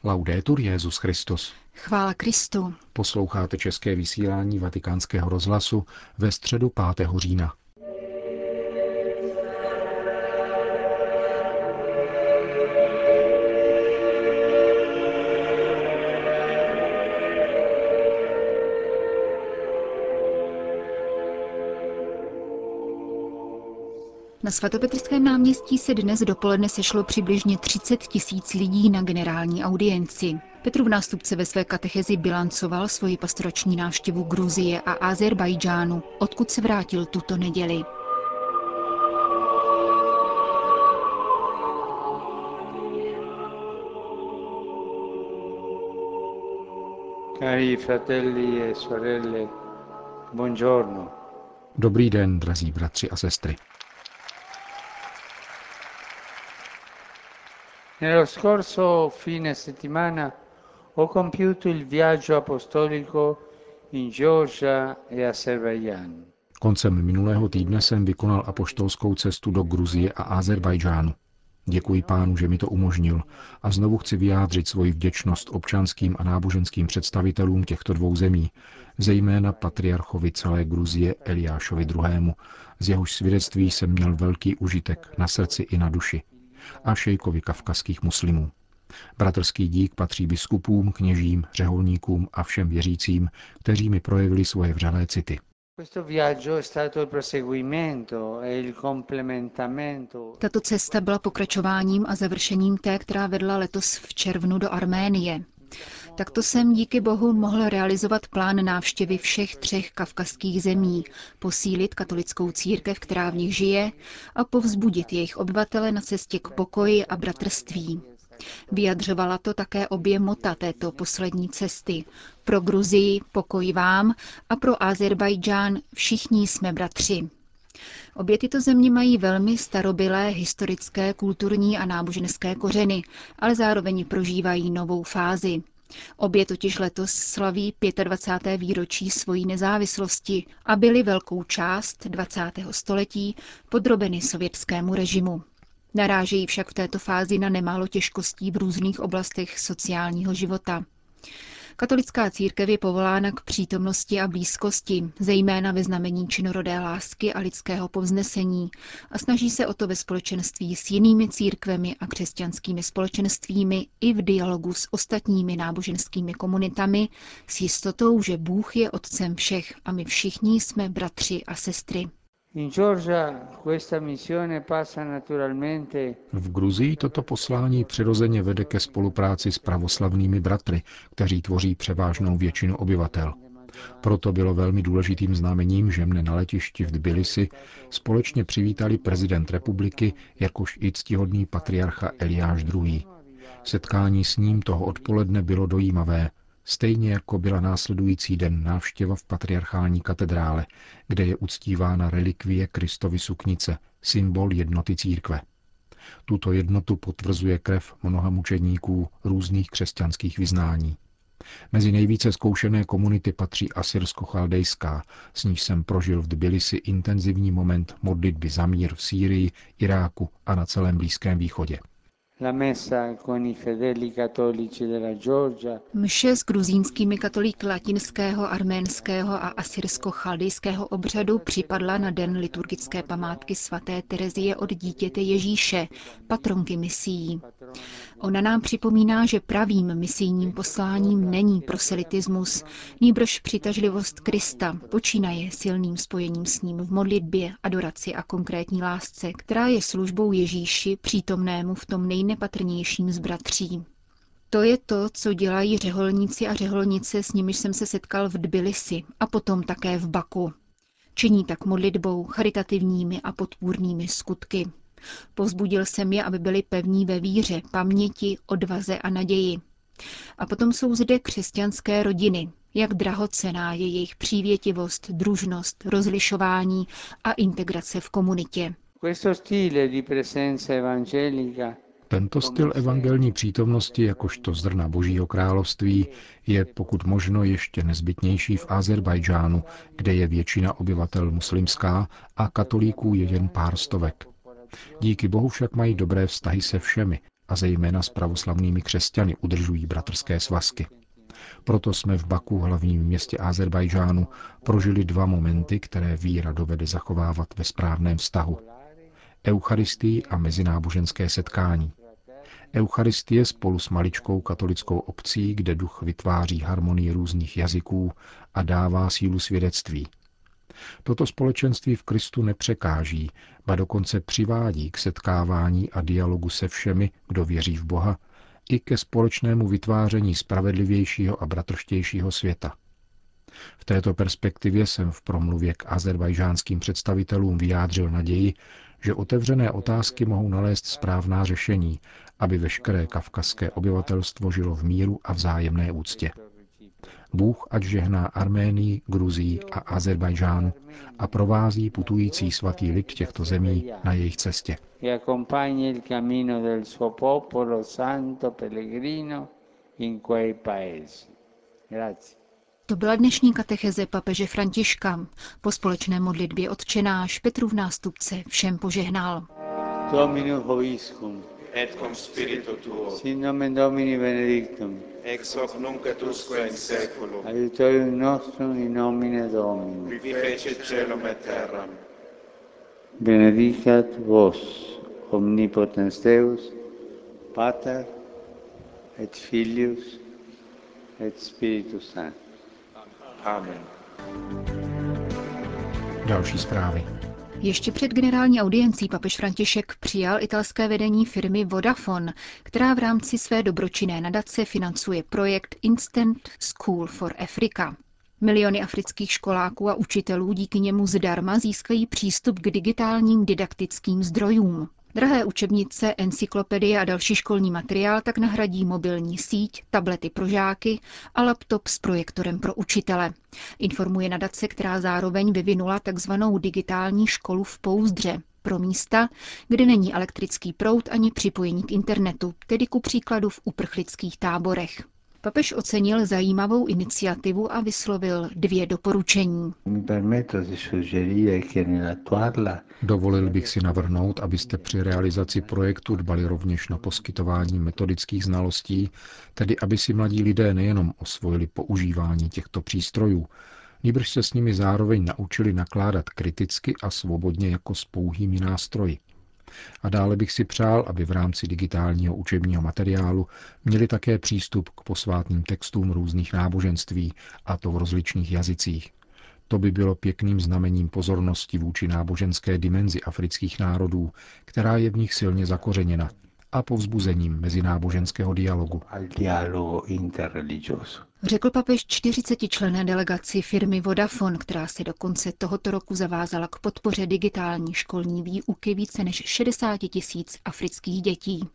Laudetur Jesus Christus. Chvála Kristu. Posloucháte české vysílání Vatikánského rozhlasu ve středu 5. října. Na svatopetrském náměstí se dnes dopoledne sešlo přibližně 30 000 lidí na generální audienci. Petrův nástupce ve své katechezi bilancoval svoji pastorační návštěvu Gruzie a Azerbajdžánu, odkud se vrátil tuto neděli. Cari fratelli e sorelle, buongiorno. Dobrý den, drazí bratři a sestry. Nello scorso fine settimana ho compiuto il viaggio apostolico in Georgia e Azerbaijan. Koncem minulého týdne jsem vykonal apoštolskou cestu do Gruzie a Azerbajdžánu. Děkuji Pánu, že mi to umožnil, a znovu chci vyjádřit svoji vděčnost občanským a náboženským představitelům těchto dvou zemí, zejména patriarchovi celé Gruzie Eliášovi II., z jehož svědectví jsem měl velký užitek na srdci i na duši, a šejkovi kavkazských muslimů. Bratrský dík patří biskupům, kněžím, řeholníkům a všem věřícím, kteří mi projevili svoje vřelé city. Tato cesta byla pokračováním a završením té, která vedla letos v červnu do Arménie. Takto jsem díky Bohu mohl realizovat plán návštěvy všech 3 kavkazských zemí, posílit katolickou církev, která v nich žije, a povzbudit jejich obyvatele na cestě k pokoji a bratrství. Vyjadřovala to také obě mota této poslední cesty. Pro Gruzii pokoj vám a pro Azerbajdžán všichni jsme bratři. Obě tyto země mají velmi starobylé historické, kulturní a náboženské kořeny, ale zároveň prožívají novou fázi. Obě totiž letos slaví 25. výročí svojí nezávislosti a byly velkou část 20. století podrobeny sovětskému režimu. Narážejí však v této fázi na nemálo těžkostí v různých oblastech sociálního života. Katolická církev je povolána k přítomnosti a blízkosti, zejména ve znamení činorodé lásky a lidského povznesení, a snaží se o to ve společenství s jinými církvemi a křesťanskými společenstvími i v dialogu s ostatními náboženskými komunitami s jistotou, že Bůh je otcem všech a my všichni jsme bratři a sestry. V Gruzii toto poslání přirozeně vede ke spolupráci s pravoslavnými bratry, kteří tvoří převážnou většinu obyvatel. Proto bylo velmi důležitým znamením, že mne na letišti v Tbilisi společně přivítali prezident republiky, jakož i ctihodný patriarcha Eliáš II. Setkání s ním toho odpoledne bylo dojímavé, stejně jako byla následující den návštěva v patriarchální katedrále, kde je uctívána relikvie Kristovy suknice, symbol jednoty církve. Tuto jednotu potvrzuje krev mnoha mučedníků různých křesťanských vyznání. Mezi nejvíce zkoušené komunity patří asyrsko-chaldejská, s níž jsem prožil v Tbilisi intenzivní moment modlitby za mír v Sýrii, Iráku a na celém Blízkém východě. Mše s gruzínskými katolíky latinského, arménského a asyrsko-chaldejského obřadu připadla na den liturgické památky svaté Terezie od dítěte Ježíše, patronky misií. Ona nám připomíná, že pravým misijním posláním není proselitismus, nýbrž přitažlivost Krista, počínaje silným spojením s ním v modlitbě, adoraci a konkrétní lásce, která je službou Ježíši přítomnému v tom nejnepatrnějším z bratří. To je to, co dělají řeholníci a řeholnice, s nimiž jsem se setkal v Tbilisi a potom také v Baku. Činí tak modlitbou, charitativními a podpůrnými skutky. Povzbudil jsem je, aby byli pevní ve víře, paměti, odvaze a naději. A potom jsou zde křesťanské rodiny, jak drahocenná je jejich přívětivost, družnost, rozlišování a integrace v komunitě. Tento styl evangelní přítomnosti jakožto zrna Božího království je pokud možno ještě nezbytnější v Azerbajdžánu, kde je většina obyvatel muslimská a katolíků je jen pár stovek. Díky Bohu však mají dobré vztahy se všemi, a zejména s pravoslavnými křesťany udržují bratrské svazky. Proto jsme v Baku, hlavním městě Ázerbájdžánu, prožili 2 momenty, které víra dovede zachovávat ve správném vztahu. Eucharistii a mezináboženské setkání. Eucharistie spolu s maličkou katolickou obcí, kde duch vytváří harmonii různých jazyků a dává sílu svědectví. Toto společenství v Kristu nepřekáží, ba dokonce přivádí k setkávání a dialogu se všemi, kdo věří v Boha, i ke společnému vytváření spravedlivějšího a bratrštějšího světa. V této perspektivě jsem v promluvě k ázerbájdžánským představitelům vyjádřil naději, že otevřené otázky mohou nalézt správná řešení, aby veškeré kavkazské obyvatelstvo žilo v míru a vzájemné úctě. Bůh ať žehná Arménii, Gruzii a Ázerbájdžánu a provází putující svatý lid těchto zemí na jejich cestě. To byla dnešní katecheze papeže Františka. Po společné modlitbě Otčenáš Petrův nástupce všem požehnal. Dominus vobiscum. Et cum spiritu tuo. Sin nomen Domini benedictum. Ex hoc nunc et usque in saeculum. Aiutorium nostrum in nomine Domini. Qui fecit caelum et terram. Benedicat vos, omnipotens Deus, Pater et Filius et Spiritus Sanctus. Amen. Další zprávy. Ještě před generální audiencí papež František přijal italské vedení firmy Vodafone, která v rámci své dobročinné nadace financuje projekt Instant School for Africa. Miliony afrických školáků a učitelů díky němu zdarma získají přístup k digitálním didaktickým zdrojům. Drahé učebnice, encyklopedie a další školní materiál tak nahradí mobilní síť, tablety pro žáky a laptop s projektorem pro učitele. Informuje nadace, která zároveň vyvinula takzvanou digitální školu v Pouzdře pro místa, kde není elektrický proud ani připojení k internetu, tedy ku příkladu v uprchlických táborech. Papež ocenil zajímavou iniciativu a vyslovil 2 doporučení. Dovolil bych si navrhnout, abyste při realizaci projektu dbali rovněž na poskytování metodických znalostí, tedy aby si mladí lidé nejenom osvojili používání těchto přístrojů, nýbrž se s nimi zároveň naučili nakládat kriticky a svobodně jako s pouhými nástroji. A dále bych si přál, aby v rámci digitálního učebního materiálu měli také přístup k posvátným textům různých náboženství, a to v rozličných jazycích. To by bylo pěkným znamením pozornosti vůči náboženské dimenzi afrických národů, která je v nich silně zakořeněna, a povzbuzením mezináboženského dialogu. Řekl papež 40členné delegaci firmy Vodafone, která se do konce tohoto roku zavázala k podpoře digitální školní výuky více než 60 000 afrických dětí.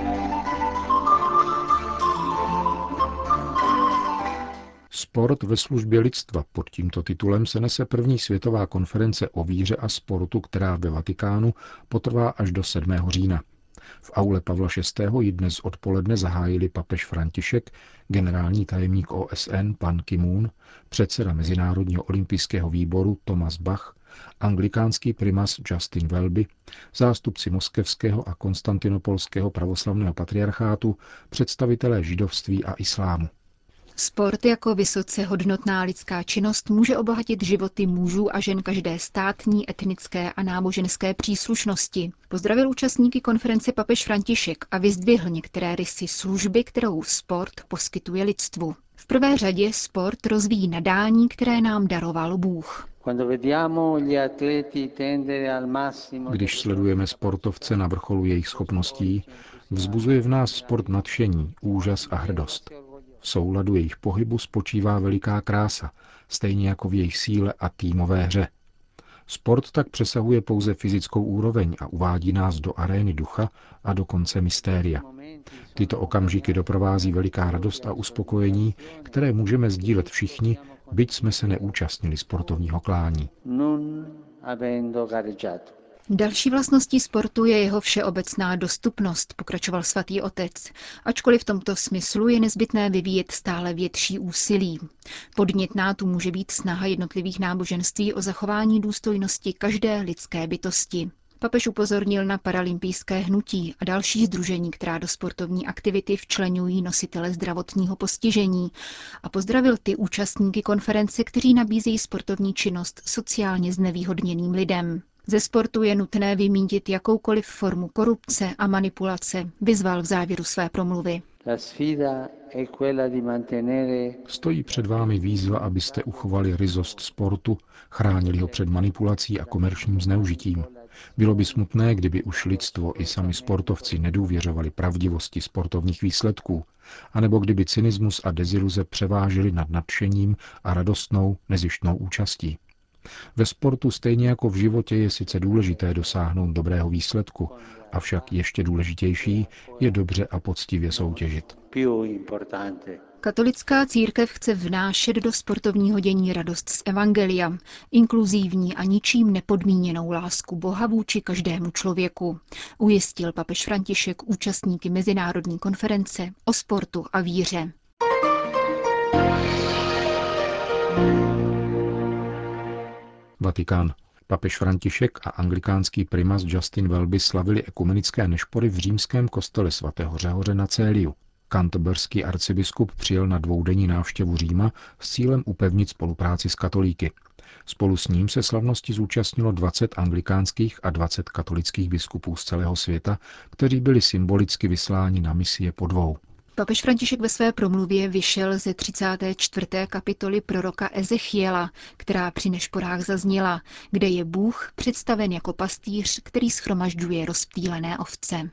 Sport ve službě lidstva. Pod tímto titulem se nese první světová konference o víře a sportu, která ve Vatikánu potrvá až do 7. října. V aule Pavla VI. Ji dnes odpoledne zahájili papež František, generální tajemník OSN pan Ki-moon, předseda Mezinárodního olympijského výboru Thomas Bach, anglikánský primas Justin Welby, zástupci moskevského a konstantinopolského pravoslavného patriarchátu, představitelé židovství a islámu. Sport jako vysoce hodnotná lidská činnost může obohatit životy mužů a žen každé státní, etnické a náboženské příslušnosti. Pozdravil účastníky konference papež František a vyzdvihl některé rysy služby, kterou sport poskytuje lidstvu. V prvé řadě sport rozvíjí nadání, které nám daroval Bůh. Když sledujeme sportovce na vrcholu jejich schopností, vzbuzuje v nás sport nadšení, úžas a hrdost. V souladu jejich pohybu spočívá veliká krása, stejně jako v jejich síle a týmové hře. Sport tak přesahuje pouze fyzickou úroveň a uvádí nás do arény ducha a do konce mystéria. Tyto okamžiky doprovází veliká radost a uspokojení, které můžeme sdílet všichni, byť jsme se neúčastnili sportovního klání. Další vlastností sportu je jeho všeobecná dostupnost, pokračoval svatý otec, ačkoliv v tomto smyslu je nezbytné vyvíjet stále větší úsilí. Podnětná tu může být snaha jednotlivých náboženství o zachování důstojnosti každé lidské bytosti. Papež upozornil na paralympijské hnutí a další sdružení, která do sportovní aktivity včleňují nositele zdravotního postižení a pozdravil ty účastníky konference, kteří nabízejí sportovní činnost sociálně znevýhodněným lidem. Ze sportu je nutné vymýtit jakoukoliv formu korupce a manipulace, vyzval v závěru své promluvy. Stojí před vámi výzva, abyste uchovali ryzost sportu, chránili ho před manipulací a komerčním zneužitím. Bylo by smutné, kdyby už lidstvo i sami sportovci nedůvěřovali pravdivosti sportovních výsledků, anebo kdyby cynismus a deziluze převážily nad nadšením a radostnou, nezištnou účastí. Ve sportu stejně jako v životě je sice důležité dosáhnout dobrého výsledku, avšak ještě důležitější je dobře a poctivě soutěžit. Katolická církev chce vnášet do sportovního dění radost z evangelia, inkluzívní a ničím nepodmíněnou lásku Boha vůči každému člověku, ujistil papež František účastníky mezinárodní konference o sportu a víře. Vatikán. Papež František a anglikánský primas Justin Welby slavili ekumenické nešpory v římském kostele svatého Řehoře na Céliu. Canterburský arcibiskup přijel na dvoudenní návštěvu Říma s cílem upevnit spolupráci s katolíky. Spolu s ním se slavnosti zúčastnilo 20 anglikánských a 20 katolických biskupů z celého světa, kteří byli symbolicky vysláni na misie po dvou. Papež František ve své promluvě vyšel ze 34. kapitoly proroka Ezechiela, která při nešporách zazněla, kde je Bůh představen jako pastýř, který shromažďuje rozptýlené ovce.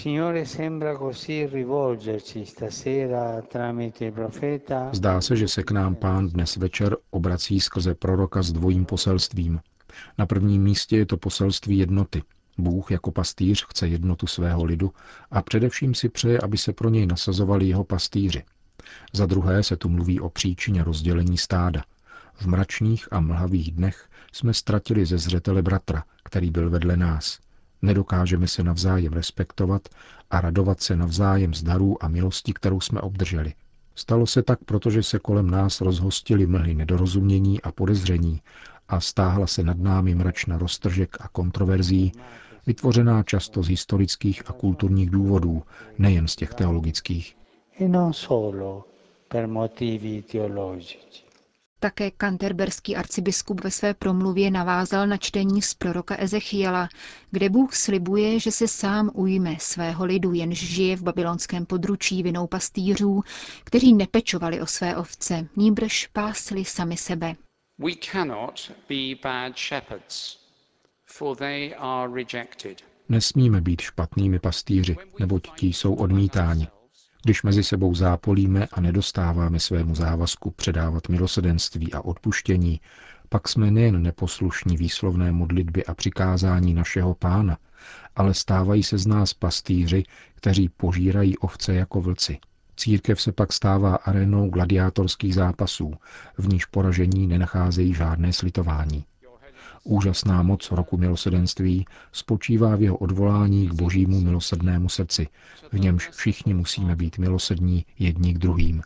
Zdá se, že se k nám Pán dnes večer obrací skrze proroka s dvojím poselstvím. Na prvním místě je to poselství jednoty. Bůh jako pastýř chce jednotu svého lidu a především si přeje, aby se pro něj nasazovali jeho pastýři. Za druhé se tu mluví o příčině rozdělení stáda. V mračných a mlhavých dnech jsme ztratili ze zřetele bratra, který byl vedle nás. Nedokážeme se navzájem respektovat a radovat se navzájem z darů a milosti, kterou jsme obdrželi. Stalo se tak, protože se kolem nás rozhostily mlhy nedorozumění a podezření a stáhla se nad námi mračna roztržek a kontroverzí, vytvořená často z historických a kulturních důvodů, nejen z těch teologických. Také canterberský arcibiskup ve své promluvě navázal na čtení z proroka Ezechiela, kde Bůh slibuje, že se sám ujme svého lidu, jenž žije v babylonském područí vinou pastýřů, kteří nepečovali o své ovce, nýbrž pásli sami sebe. We cannot be bad shepherds, for they are rejected. Nesmíme být špatnými pastýři, neboť ti jsou odmítáni. Když mezi sebou zápolíme a nedostáváme svému závazku předávat milosrdenství a odpuštění, pak jsme nejen neposlušní výslovné modlitby a přikázání našeho Pána, ale stávají se z nás pastýři, kteří požírají ovce jako vlci. Církev se pak stává arénou gladiátorských zápasů, v níž poražení nenacházejí žádné slitování. Úžasná moc roku milosrdenství spočívá v jeho odvolání k božímu milosrdnému srdci, v němž všichni musíme být milosrdní jedni k druhým.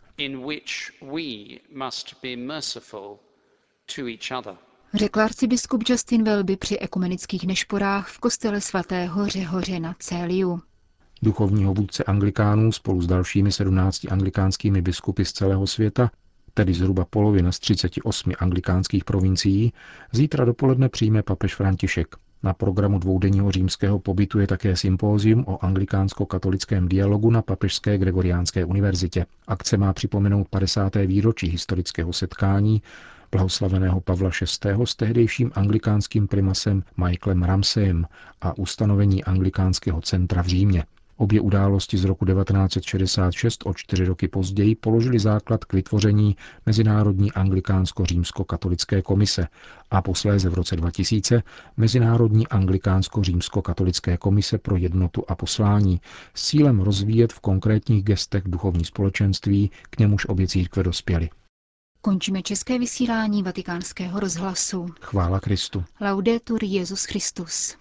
Řekl arcibiskup Justin Welby při ekumenických nešporách v kostele svatého Řehoře na Céliu. Duchovního vůdce anglikánů spolu s dalšími 17 anglikánskými biskupy z celého světa, tedy zhruba polovina z 38 anglikánských provincií, zítra dopoledne přijme papež František. Na programu dvoudenního římského pobytu je také sympózium o anglikánsko-katolickém dialogu na Papežské Gregoriánské univerzitě. Akce má připomenout 50. výročí historického setkání blahoslaveného Pavla VI. S tehdejším anglikánským primasem Michaelem Ramsayem a ustanovení anglikánského centra v Římě. Obě události z roku 1966 o 4 roky později položily základ k vytvoření Mezinárodní anglikánsko-římsko-katolické komise a posléze v roce 2000 Mezinárodní anglikánsko-římsko-katolické komise pro jednotu a poslání s cílem rozvíjet v konkrétních gestech duchovní společenství, k němuž obě církve dospěly. Končíme české vysílání Vatikánského rozhlasu. Chvála Kristu. Laudetur Jesus Christus.